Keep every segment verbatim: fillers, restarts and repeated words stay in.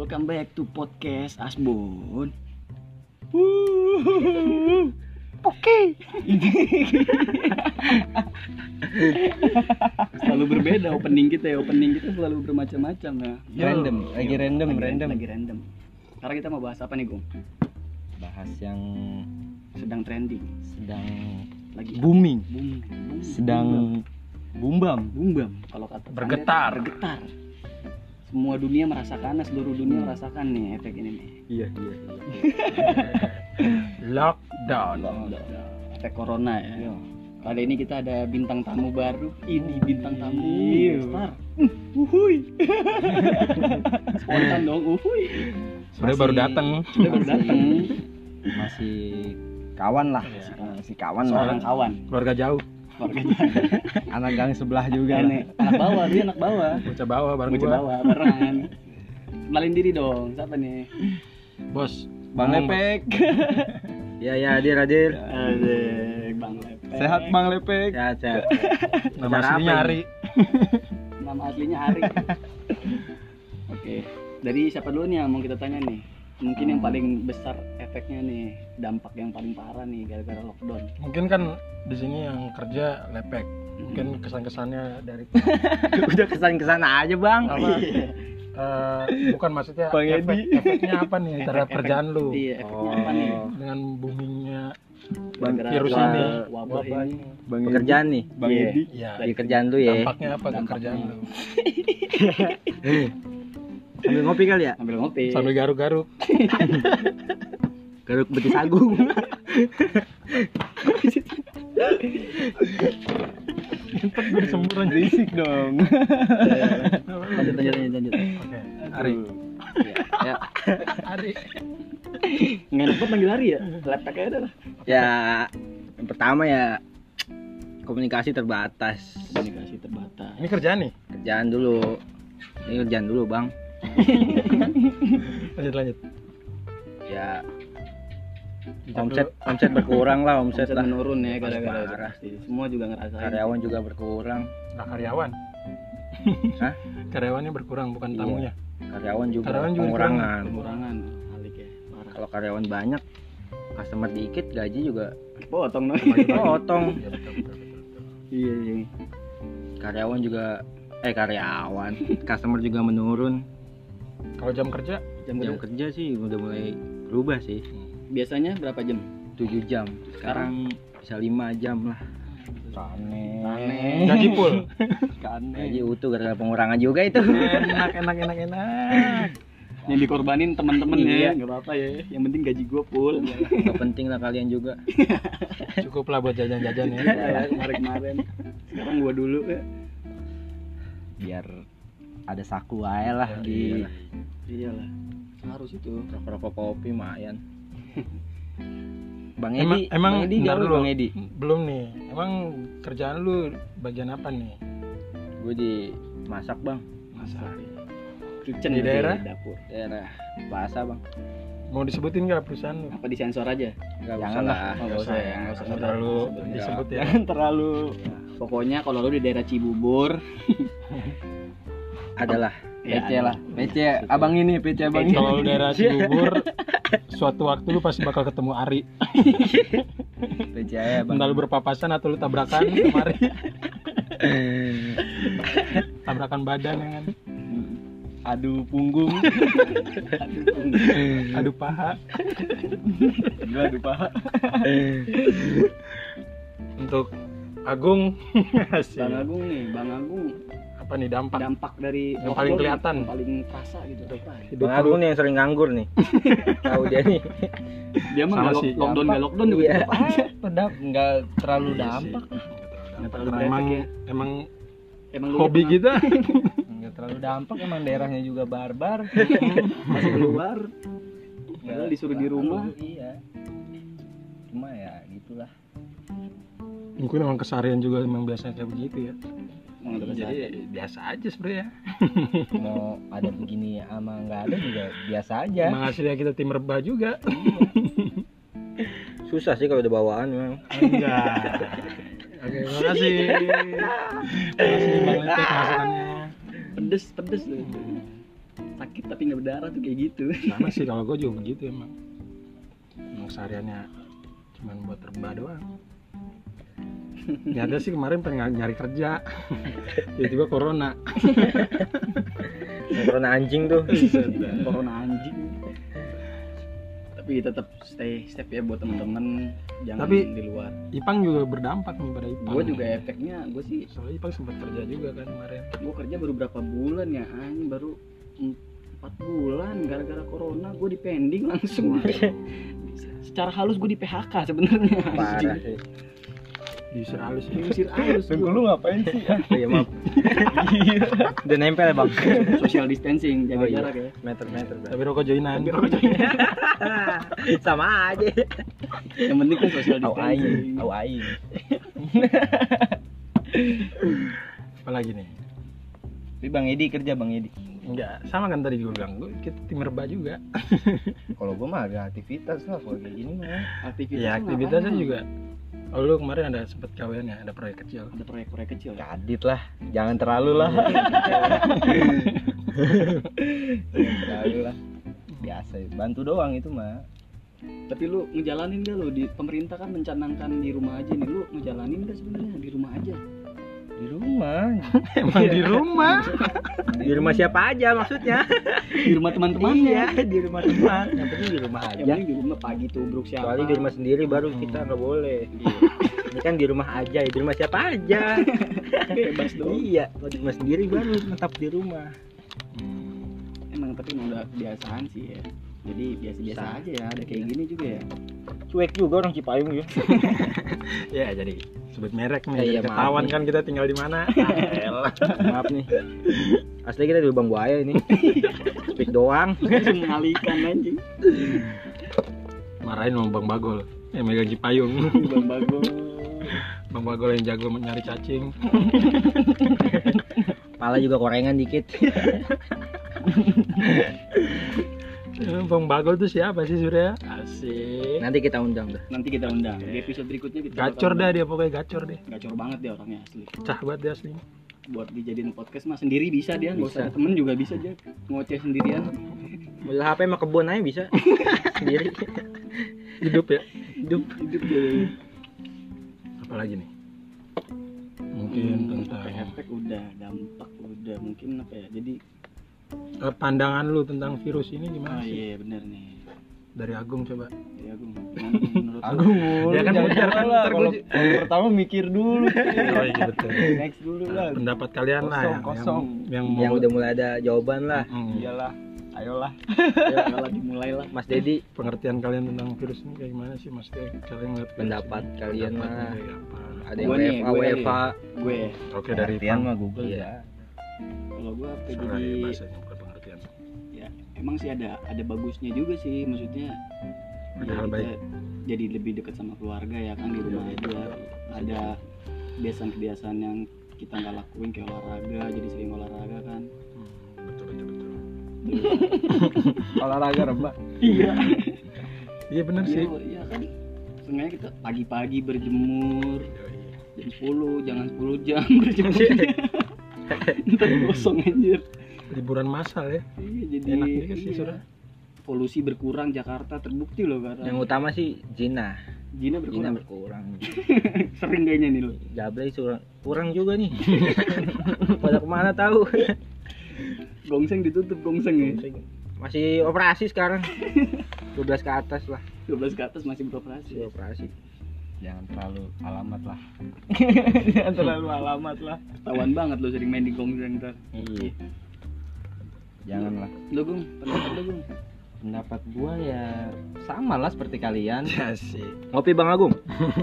Welcome back to podcast Asbun. Oke. Selalu berbeda opening kita ya. Opening kita selalu bermacam-macam ya. Random, lagi random, lagi, random. Lagi random. Sekarang kita mau bahas apa nih, Gung? Bahas yang Sedang trending, sedang lagi booming, boom, boom, sedang bumbam. bumbam. Kalau kata Bergetar. Anda, bergetar. Semua dunia merasakan, seluruh dunia merasakan nih efek ini nih. Iya, iya, iya. Lockdown. Efek corona ya. Iya. Kali ini kita ada bintang tamu baru. Ini bintang tamu. Iya. Star. Uhuy. Spontan dong, uhuy. Sudah baru datang. Sudah baru datang. Masih kawan lah, Iya. masih kawan Seorang lah. kawan. Keluarga jauh. Keluarga Anak gang sebelah juga ini lah. anak bawah, dia anak bawah. Bocah bawah bareng Bocah gua. bawah barengan. Kenalin diri dong. Siapa nih? Bos. Bang ngomong, Lepek. Iya, ya, hadir, hadir. Asik, Bang Lepek. Sehat Bang Lepek. Ya, Sehat, sehat. Bos. Nama Acara aslinya apa Ari. Nama aslinya Ari. Oke, dari siapa dulu nih yang mau kita tanya nih? Mungkin yang paling besar efeknya nih, dampak yang paling parah nih gara-gara lockdown. Mungkin kan di sini yang kerja lepek. Mungkin kesan-kesannya dari Udah kesan-kesan aja, Bang. apa? eh, bukan maksudnya Bang efek, Edi. efeknya apa nih terhadap Efek- kerjaan lu Iya, efeknya apa nih? dengan boomingnya Bang, Gara-gara virus wabah- ini. wabah Wabah ini. ini. Bang pekerjaan nih, Bang Iya. Edi. Ya, Di kerjaan lu ya. dampaknya apa ke Dampaknya. kerjaan lu? Sambil ngopi kali ya? Sambil ngopi. Sambil garuk-garuk. Garuk betis agung. Cepet gue semburan. Berisik dong. Lanjut, lanjut, lanjut, lanjut. Oke, Ari. Ya, Ari. Nggak dapat manggil Ari ya? Lepek aja dah. ya, yang pertama ya komunikasi terbatas. Komunikasi terbatas. Ini kerjaan nih. Kerjaan dulu. Ini kerjaan dulu, Bang. Lanjut lanjut. Ya, Dijawab omset dulu. omset berkurang lah, omset Omset lah. menurun ya gara-gara itu Parah. pasti. Semua juga ngerasain. Karyawan juga berkurang. Nah, karyawan. Hah? Karyawannya berkurang bukan Iya. tamunya. Karyawan juga Karyawan juga pengurangan. Pengurangan alik ya. Parah. Kalau karyawan banyak, customer dikit, gaji juga Potong nih. potong. Iya, betul, betul, betul, betul. Iya, iya. Karyawan juga eh karyawan, customer juga menurun. Kalau jam kerja Jam Jam kerja kerja sih udah mulai berubah sih. biasanya berapa jam? tujuh jam. Sekarang bisa lima jam lah. Aneh. Aneh. gaji full. Gaji utuh gara-gara pengurangan juga itu. enak enak enak enak. Yang dikorbanin teman-teman Iya. ya, nggak apa-apa ya. Yang penting gaji gua full. Gak penting lah kalian juga. Cukup lah buat jajan-jajan ya. Ya, kemarin-kemarin. Sekarang gua dulu ya. Biar ada saku aja lah Ya, di iyalah. Iyalah. Harus itu. rokok-rokok kopi mayan. Bang Emang Edi, emang Bang Edi bentar jauh dulu. Bang Edi. Belum nih. Emang kerjaan lu bagian apa nih? Gue di masak bang, Masak. Kitchen Di berarti, daerah? dapur. daerah Plaza bang. Mau disebutin nggak perusahaan lu? Apa disensor aja? Nggak Jangan usah lah. lah. Oh, nggak usah ya, nggak usah Nggak terlalu Sebut. disebut ya. Jangan terlalu. Pokoknya kalau lu di daerah Cibubur, Adalah ya, P C ada. lah. P C abang ini, P C abang ini. Kalau lu daerah Cibubur, suatu waktu lu pasti bakal ketemu Ari. P C aja bang. Entah lu berpapasan atau lu tabrakan sama Ari. Tabrakan badan ya kan. Adu punggung. Adu paha. Gua adu paha. Untuk Agung. Asik. Bang Agung nih, Bang Agung Apa nih dampak? dampak dari Yang paling lockdown kelihatan. yang paling terasa gitu apa? Hidup Bang lu. Agung nih yang sering nganggur nih. Tahu dia nih. Dia mah Sama nggak sih. lock- lockdown nggak lockdown juga Iya. tetap aja. Pedap enggak terlalu Iya sih. dampak. Nggak terlalu Karena berefek emang ya. emang Emang lu hobi pernah kita. Enggak terlalu dampak, emang daerahnya juga barbar. masih keluar, padahal Nggak disuruh di terlalu, rumah. Iya. Cuma ya gitulah. Mungkin emang keseharian juga emang biasanya kayak begitu ya. Emang udah Jadi keseharian. biasa aja sebenarnya. Mau ada begini ama nggak ada juga biasa aja. Emang hasilnya kita tim rebah juga. Susah sih kalau udah bawaan memang. Enggak. Oke, terima kasih. Terima kasih Bang Lepek masukannya. Pedes pedes loh. sakit tapi nggak berdarah tuh kayak gitu. Sama sih kalau gue juga begitu emang. Emang sehariannya cuman buat rebah doang. Nyata sih kemarin pengen nyari kerja, tiba-tiba corona. Corona anjing tuh. Corona anjing. Tapi tetap stay safe ya buat teman-teman, jangan Tapi- di luar. Ipang juga berdampak nih pada Ipang. Gue juga efeknya, gue sih Soalnya Ipang sempat kerja juga kan kemarin. gue kerja baru berapa bulan ya, anjing baru empat bulan gara-gara corona gue di pending langsung. Secara halus gue di P H K sebenarnya. Parah sih. Diusir halus ya. Diusir halus Bang, gua. lu ngapain sih? Iya maaf. Udah nempel ya bang. Social distancing, jaga Oh, iya. jarak ya. Meter-meter. Tapi rokok joinan. Sama aja. Yang penting kan social Au distancing. aing, au aing. Apalagi nih? Tapi Bang Edi kerja Bang Edi. Enggak, sama kan tadi gue bilang, gue kita tim rebah juga. Kalau gua mah ada aktivitas lah kalau kayak gini mah. Aktivitas Ya aktivitasnya juga. Oh lu kemarin ada sempet kawian ya, ada proyek kecil. ada proyek-proyek kecil. Kadit lah, jangan terlalu lah. Jangan terlalu lah. Biasa, bantu doang itu mah. Tapi lu ngejalanin gak lu di pemerintah kan mencanangkan di rumah aja nih, lu ngejalanin gak sebenarnya di rumah aja? Di rumah. Emang di rumah. Di rumah siapa aja maksudnya? Di rumah teman-temannya. Iya, di rumah teman. Yang penting di rumah Yang aja. penting di rumah pagi tubruk siapa? Kecuali di rumah sendiri baru kita nggak boleh. Ini kan di rumah aja, di rumah siapa aja. Bebas dong. Iya, kalau di rumah sendiri baru tetap di rumah. Emang tapi emang udah kebiasaan sih ya. Jadi biasa-biasa Bisa. aja ya, ada kayak gini juga ya. Cuek juga orang Cipayung ya. Ya jadi sebut merek nih, Eh, jadi iya, maaf ketahuan nih. kan kita tinggal di mana. Ah, elah. Maaf nih. Asli kita di lubang buaya ini. Speak doang. Langsung mengalihkan anjing. Marahin sama Bang Bagol yang megang Cipayung. Bang Bagus. Bang Bagol yang jago nyari cacing. Pala juga korengan dikit. Eh, Bang Bagol tuh siapa sih Surya? Asik. Nanti kita undang dah. Nanti kita undang. Di episode berikutnya kita Gacor bakal- dah dia, pokoknya gacor deh. Gacor banget dia orangnya asli. Pecah banget dia asli. Buat dijadiin podcast mah sendiri bisa dia, nggak usah Bisa. ada temen juga bisa aja. Ngoceh sendirian. Beli H P mah kebun aja bisa. Sendiri. Hidup ya. Hidup hidup dia. Apalagi nih? Mungkin tentang efek udah, dampak udah, mungkin apa ya? Jadi eh, pandangan lu tentang virus ini oh gimana sih? iya bener nih. Dari Agung coba. Ya Agung. Gimana menurut lu? Agung. Ya kan bener kan, ntar Kalau gua- pertama mikir dulu. Oh iya betul. Next dulu lah. Pendapat kalian lah Kosong, yang, kosong. yang, yang Yang mau udah mulai ada jawaban lah. Mm, Iyalah. Ayolah. Ya kalau dimulai lah. Mas Dedi, pengertian kalian tentang virus ini kayak gimana sih maksudnya kalian ngeliat virus pendapat ini? kalian Pendapatnya lah. kayak apa? Ada yang Gua nih, W F A, gue W F A. Gue Oke dari Pengertian Pang. mah Google Iya. ya. kalau gue apa ya, Salah ya jadi bahasanya bukan pengertian. ya emang sih ada ada bagusnya juga sih, maksudnya Ada ya hal kita baik. jadi lebih dekat sama keluarga ya kan, di rumah Iya, aja. betul. Ada kebiasaan-kebiasaan yang kita nggak lakuin kayak olahraga, jadi sering olahraga kan. Hmm, betul betul betul. Olahraga rebah. Iya. Iya benar sih. Iya kan. Sengaja kita pagi-pagi berjemur Yoi. jam sepuluh, jangan sepuluh jam berjemur. Ntar kosong anjir. Liburan massal ya. Iya jadi Enak juga sih, iya. Surya. Polusi berkurang Jakarta terbukti loh karena Yang utama sih Zina. Jina Zina berkurang. berkurang. Sering kayaknya nih lo. Jablay kurang, kurang juga nih. Pada kemana tahu? Gongseng ditutup gongseng ya. Masih operasi sekarang. dua belas ke atas lah. dua belas ke atas masih beroperasi. Masih operasi. Jangan terlalu alamat lah. Jangan terlalu alamat lah. Ketahuan banget lo sering main di gongseng ntar. Iya. Janganlah. Lo Gung, pendapat lo Gung. Pendapat gua ya sama lah seperti kalian. Asik. Ngopi Bang Agung.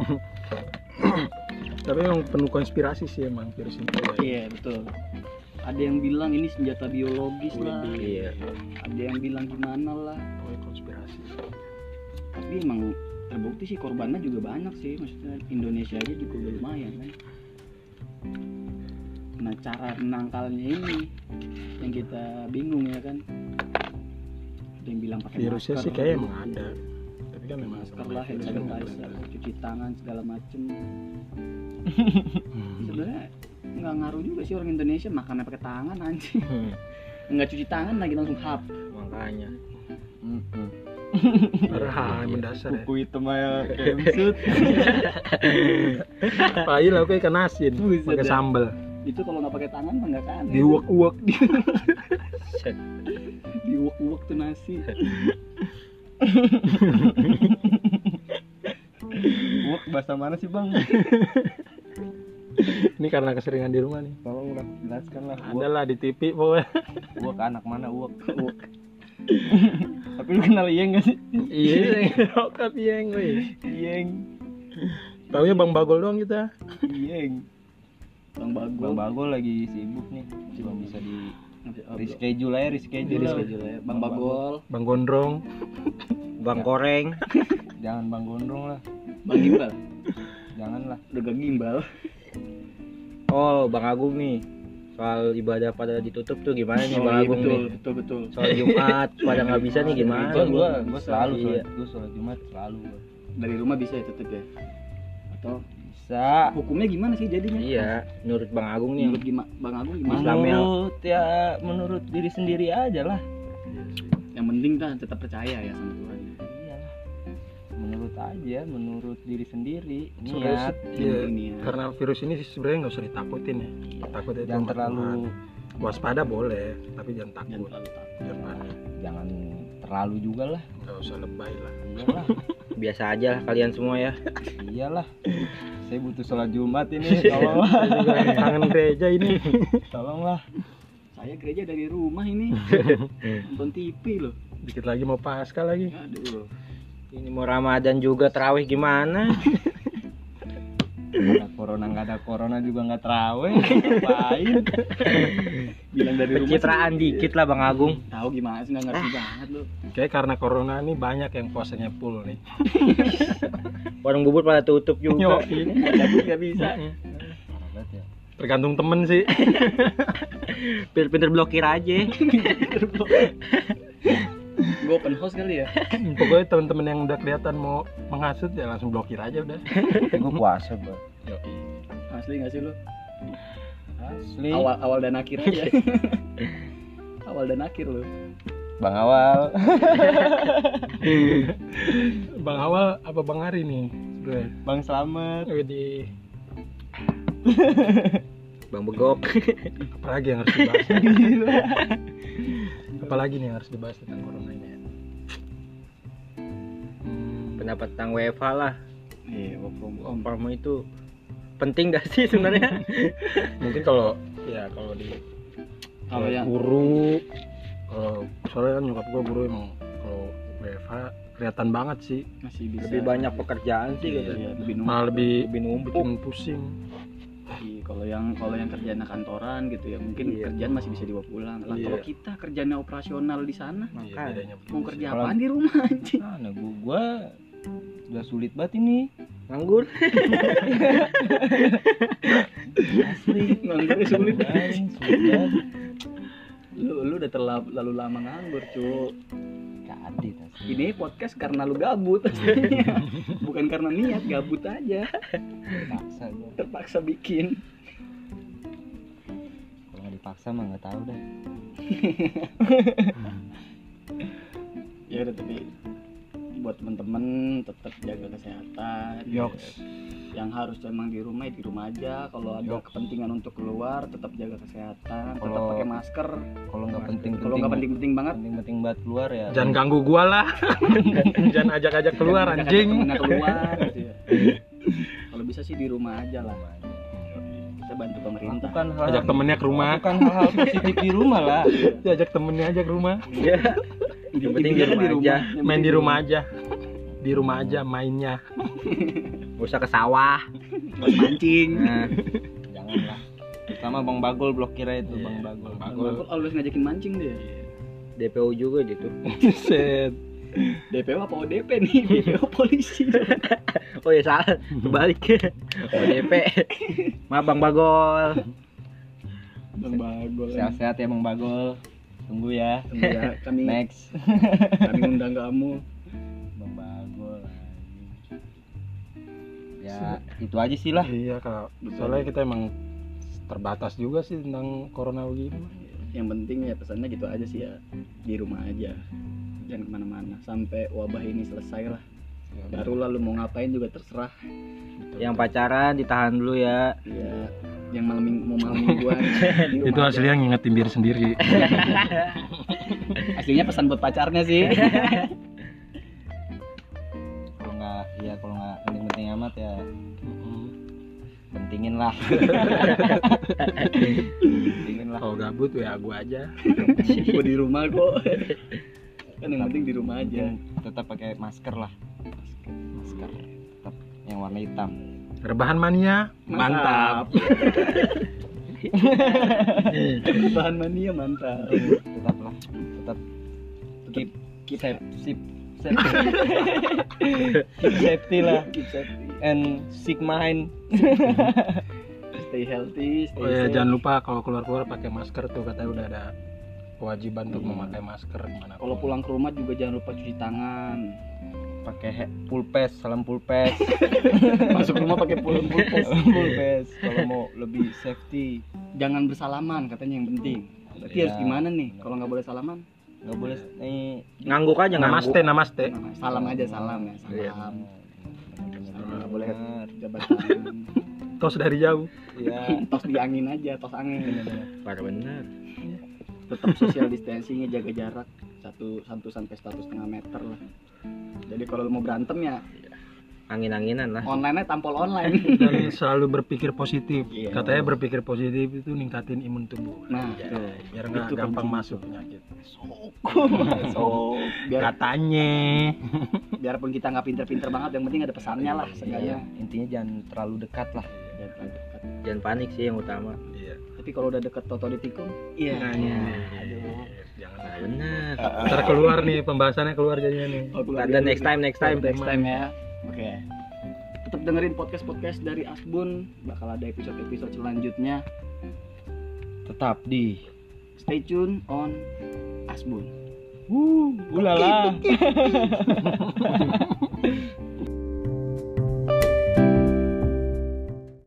Tapi emang penuh konspirasi sih emang virus ini. Iya betul. Ada yang bilang ini senjata biologis lah. Iya. Ada yang bilang gimana lah. Oh, konspirasi. Tapi emang terbukti sih korbannya juga banyak sih. Maksudnya Indonesia aja juga udah lumayan kan. Nah cara menangkalnya ini yang kita bingung ya kan. Ada yang bilang pakai Virusnya masker. sih kayak emang ada. Tapi kan memang Masker lah, hand virusnya nggak sanitizer, kelihatan. cuci tangan segala macem. Hmm. Sebenarnya nggak ngaruh juga sih orang Indonesia makannya pakai tangan anjing. Hmm. nggak cuci tangan lagi langsung hap. Makanya. Mm-mm. Parah hal yang mendasar ya. Kuku hitam aja kayak besut. Pakai lah kayak ikan asin Buset pakai dah. sambel. Itu kalau nggak pakai tangan mah nggak kan. Diuak-uak. Diuak-uak tuh nasi. Wuk, bahasa mana sih bang? Ini karena keseringan di rumah nih. Tolong lah, jelaskan lah. Ada lah di T V pokoknya. Wuk anak mana Wuk? Wuk. Tapi lu kenal Iyeng gak sih? Iya, rokat Iyeng weh. Iyeng. Taunya Bang Bagol doang kita. Iyeng. Bang Bagol. Bang Bagol lagi sibuk nih. Cuma bisa di Oh, reschedule aja, reschedule. Jadi schedule ya. Bang Bagol, Bang Gondrong. Bang Koreng. Jangan Bang Gondrong lah. Bang Gimbal. Janganlah. Udah gak gimbal. Oh, Bang Agung nih. Soal ibadah pada ditutup tuh gimana nih Oh, Bang iya, Agung betul, nih? betul, betul. Soal Jumat pada nggak bisa nih gimana? Gua- Gua gua- gua selalu iya. sholat, gua sholat Jumat selalu. Gua. Dari rumah bisa ya tutup ya? Atau Bisa. hukumnya gimana sih jadinya? Iya, menurut Bang Agung nih. Menurut gima, Bang Agung gimana? Islam menurut ya menurut diri sendiri aja lah. Yang penting kan tetap percaya ya sama Tuhan. Iya lah. Menurut aja, menurut diri sendiri. Sebenarnya Niat. sih, iya, Ini ya. karena virus ini sih sebenarnya nggak usah ditakutin ya. Takut itu Jangan sama terlalu Tuhan. waspada boleh, tapi jangan Jangan takut. terlalu takut. Jangan panik. jangan terlalu juga lah. Nggak usah lebay lah. Iyalah. Biasa aja lah kalian semua ya. Iyalah. Saya butuh sholat Jumat ini. Tolonglah. Saya juga kangen gereja ini. Tolonglah. Saya gereja dari rumah ini. Nonton T V loh. Dikit lagi mau pasca lagi. Aduh. Ini mau Ramadan juga terawih gimana? Ada corona nggak ada corona juga nggak terawih. Ngapain? Bilang dari rumah. Pencitraan sih. dikit lah Bang Agung. Tahu gimana sih, nggak ngerti banget lu. Kayak karena corona ini banyak yang puasanya full nih. Warung bubur pada tutup juga. Yoi. Cabut nggak bisa. Tergantung temen sih. Pinter-pinter blokir aja. Gue open house kali ya. Pokoknya temen-temen yang udah kelihatan mau menghasut ya langsung blokir aja udah. Gue puasa bro. Asli nggak sih lu? Asli. Awal awal dan akhir aja. Awal dan akhir lu. Bang Awal. Bang Awal apa Bang Ari nih? Sebenernya. Bang Slamet. Widih. Bang Begok. Apalagi yang harus dibahas? Apalagi nih yang harus dibahas tentang corona ini ya? Hmm, Pendapat tentang W F H lah. Iya, work from home. Kamu itu penting gak sih sebenarnya? mungkin kalau ya kalau di Kalau kayak yang guru, kalau soalnya kan nyokap gue guru emang kalau W F H kelihatan banget sih, masih bisa. Lebih banyak pekerjaan sih gitu. Iya, lebih numpuk. malah lebih Lebih numpuk. bikin pusing. Iya, kalau yang kalau yang kerjaan kantoran gitu ya mungkin Iya. kerjaan masih bisa dibawa pulang. Lah Iya. kalau kita kerjanya operasional di sana, Iya, Makanya. bedanya mau begitu kerja sih. Kalau- apaan di rumah anjing? Nah, gua, gua udah sulit banget ini. Nganggur. Asli. Nganggur sulit. Anjing, sulit banget. Lu lu udah terlalu lalu lama nganggur, Cuk. Kadit asli. Ini podcast karena lu gabut aslinya. Bukan karena niat, gabut aja. Paksa gua. Terpaksa bikin. Kalau nggak dipaksa mah nggak tahu dah. Ya udah, tapi buat teman-teman tetap jaga kesehatan. Yoks. Yang harus emang di rumah ya di rumah aja. Kalau ada Yoks. kepentingan untuk keluar tetap jaga kesehatan, tetap Kalau- pakai masker. Kalau nggak penting Kalau nggak penting-penting banget, penting-penting banget keluar ya. Jangan ganggu gua lah. Jangan ajak-ajak keluar jangan ajak anjing. temennya keluar gitu ya. Kalau bisa sih di rumah aja lah. Kita bantu pemerintah. Lakukan hal Ajak temennya ke rumah. Lakukan hal-hal positif di rumah lah. Diajak temennya aja ke rumah. Iya. Yang penting di Intinya kan rumah aja. Yang Main penting di rumah aja. Di rumah aja mainnya. Gak usah ke sawah. Buat mancing. Nah, janganlah. Sama Bang Bagol blokir aja itu Iya, Bang Bagol. Bang Bang Bagol. Bagol always ngajakin mancing deh. D P O juga dia tuh. Set. D P O apa O D P nih? D P O polisi. Oh ya salah, kebalik. O D P. Maaf Bang Bagol. Bang Bagol. Sehat-sehat ya Bang Bagol. Tunggu ya. Tunggu ya, kami Next. kami undang kamu. Bang Bagol. Ya, itu aja sih lah. Iya kalau soalnya kita emang terbatas juga sih tentang corona begini. yang penting ya pesannya gitu aja sih ya, di rumah aja, jangan kemana-mana sampai wabah ini selesai lah. Baru lah lu mau ngapain juga terserah. Yang pacaran ditahan dulu ya. Iya, yang malam ming- mau malam mingguan di rumah Itu aja. aslinya ngingetin diri sendiri. Aslinya pesan buat pacarnya sih. Kalau nggak, ya kalau nggak penting-penting amat ya pentingin lah. Pentingin lah. Kalau gabut ya gua aja. Gua di rumah kok. Kan yang penting di rumah aja. Tetap pakai masker lah. Masker tetap yang warna hitam. Rebahan mania, mantap. Bahan mania mantap. Tetap lah. Tetap keep keep safe, keep safety. Keep safety lah. Keep safety. And sick mind. Stay healthy, stay Oh ya, safe. jangan lupa kalau keluar-keluar pakai masker tuh, katanya udah ada kewajiban untuk memakai masker kemana. Kalau pulang ke rumah juga jangan lupa cuci tangan. Pakai he- pulpes, salam pulpes. Masuk rumah pakai pulpen pulpen. Salam pulpes kalau mau lebih safety. Jangan bersalaman katanya yang penting. Berarti Iya. harus gimana nih? Kalau nggak boleh salaman? Nggak boleh nih. Ngangguk aja ngangguk. Namaste, namaste. Salam aja salam ya, Iya. salam. Bener-bener. Nggak boleh jabat tangan. Tos dari jauh. Iya. Tos di angin aja, tos angin. Parah bener. Tetap social distancing, jaga jarak satu satu sampai satu setengah meter lah. Jadi kalau lu mau berantem ya Angin-anginan lah. online-nya tampol online. Dan selalu berpikir positif. Iya. Katanya berpikir positif itu ningkatin imun tubuh. Nah, Ya, tuh. biar nggak Itu gampang penting. masuk penyakit. So, biar Katanya. biarpun kita nggak pinter-pinter banget, yang penting ada pesannya lah Iya. seenggaknya. Intinya jangan terlalu dekat lah. Ya, terlalu dekat. Jangan panik sih yang utama. Iya. Tapi kalau udah deket toto ditikung, iya. Aduh. Jangan. Nah, bener. Ntar keluar nih pembahasannya keluar jadinya nih. Oh, keluar Dan dulu next nih. time, next time. Next time ya. Oke. Tetap dengerin podcast-podcast dari Asbun, bakal ada episode-episode selanjutnya. Tetap di Stay tune on Asbun. Wuh, ulala.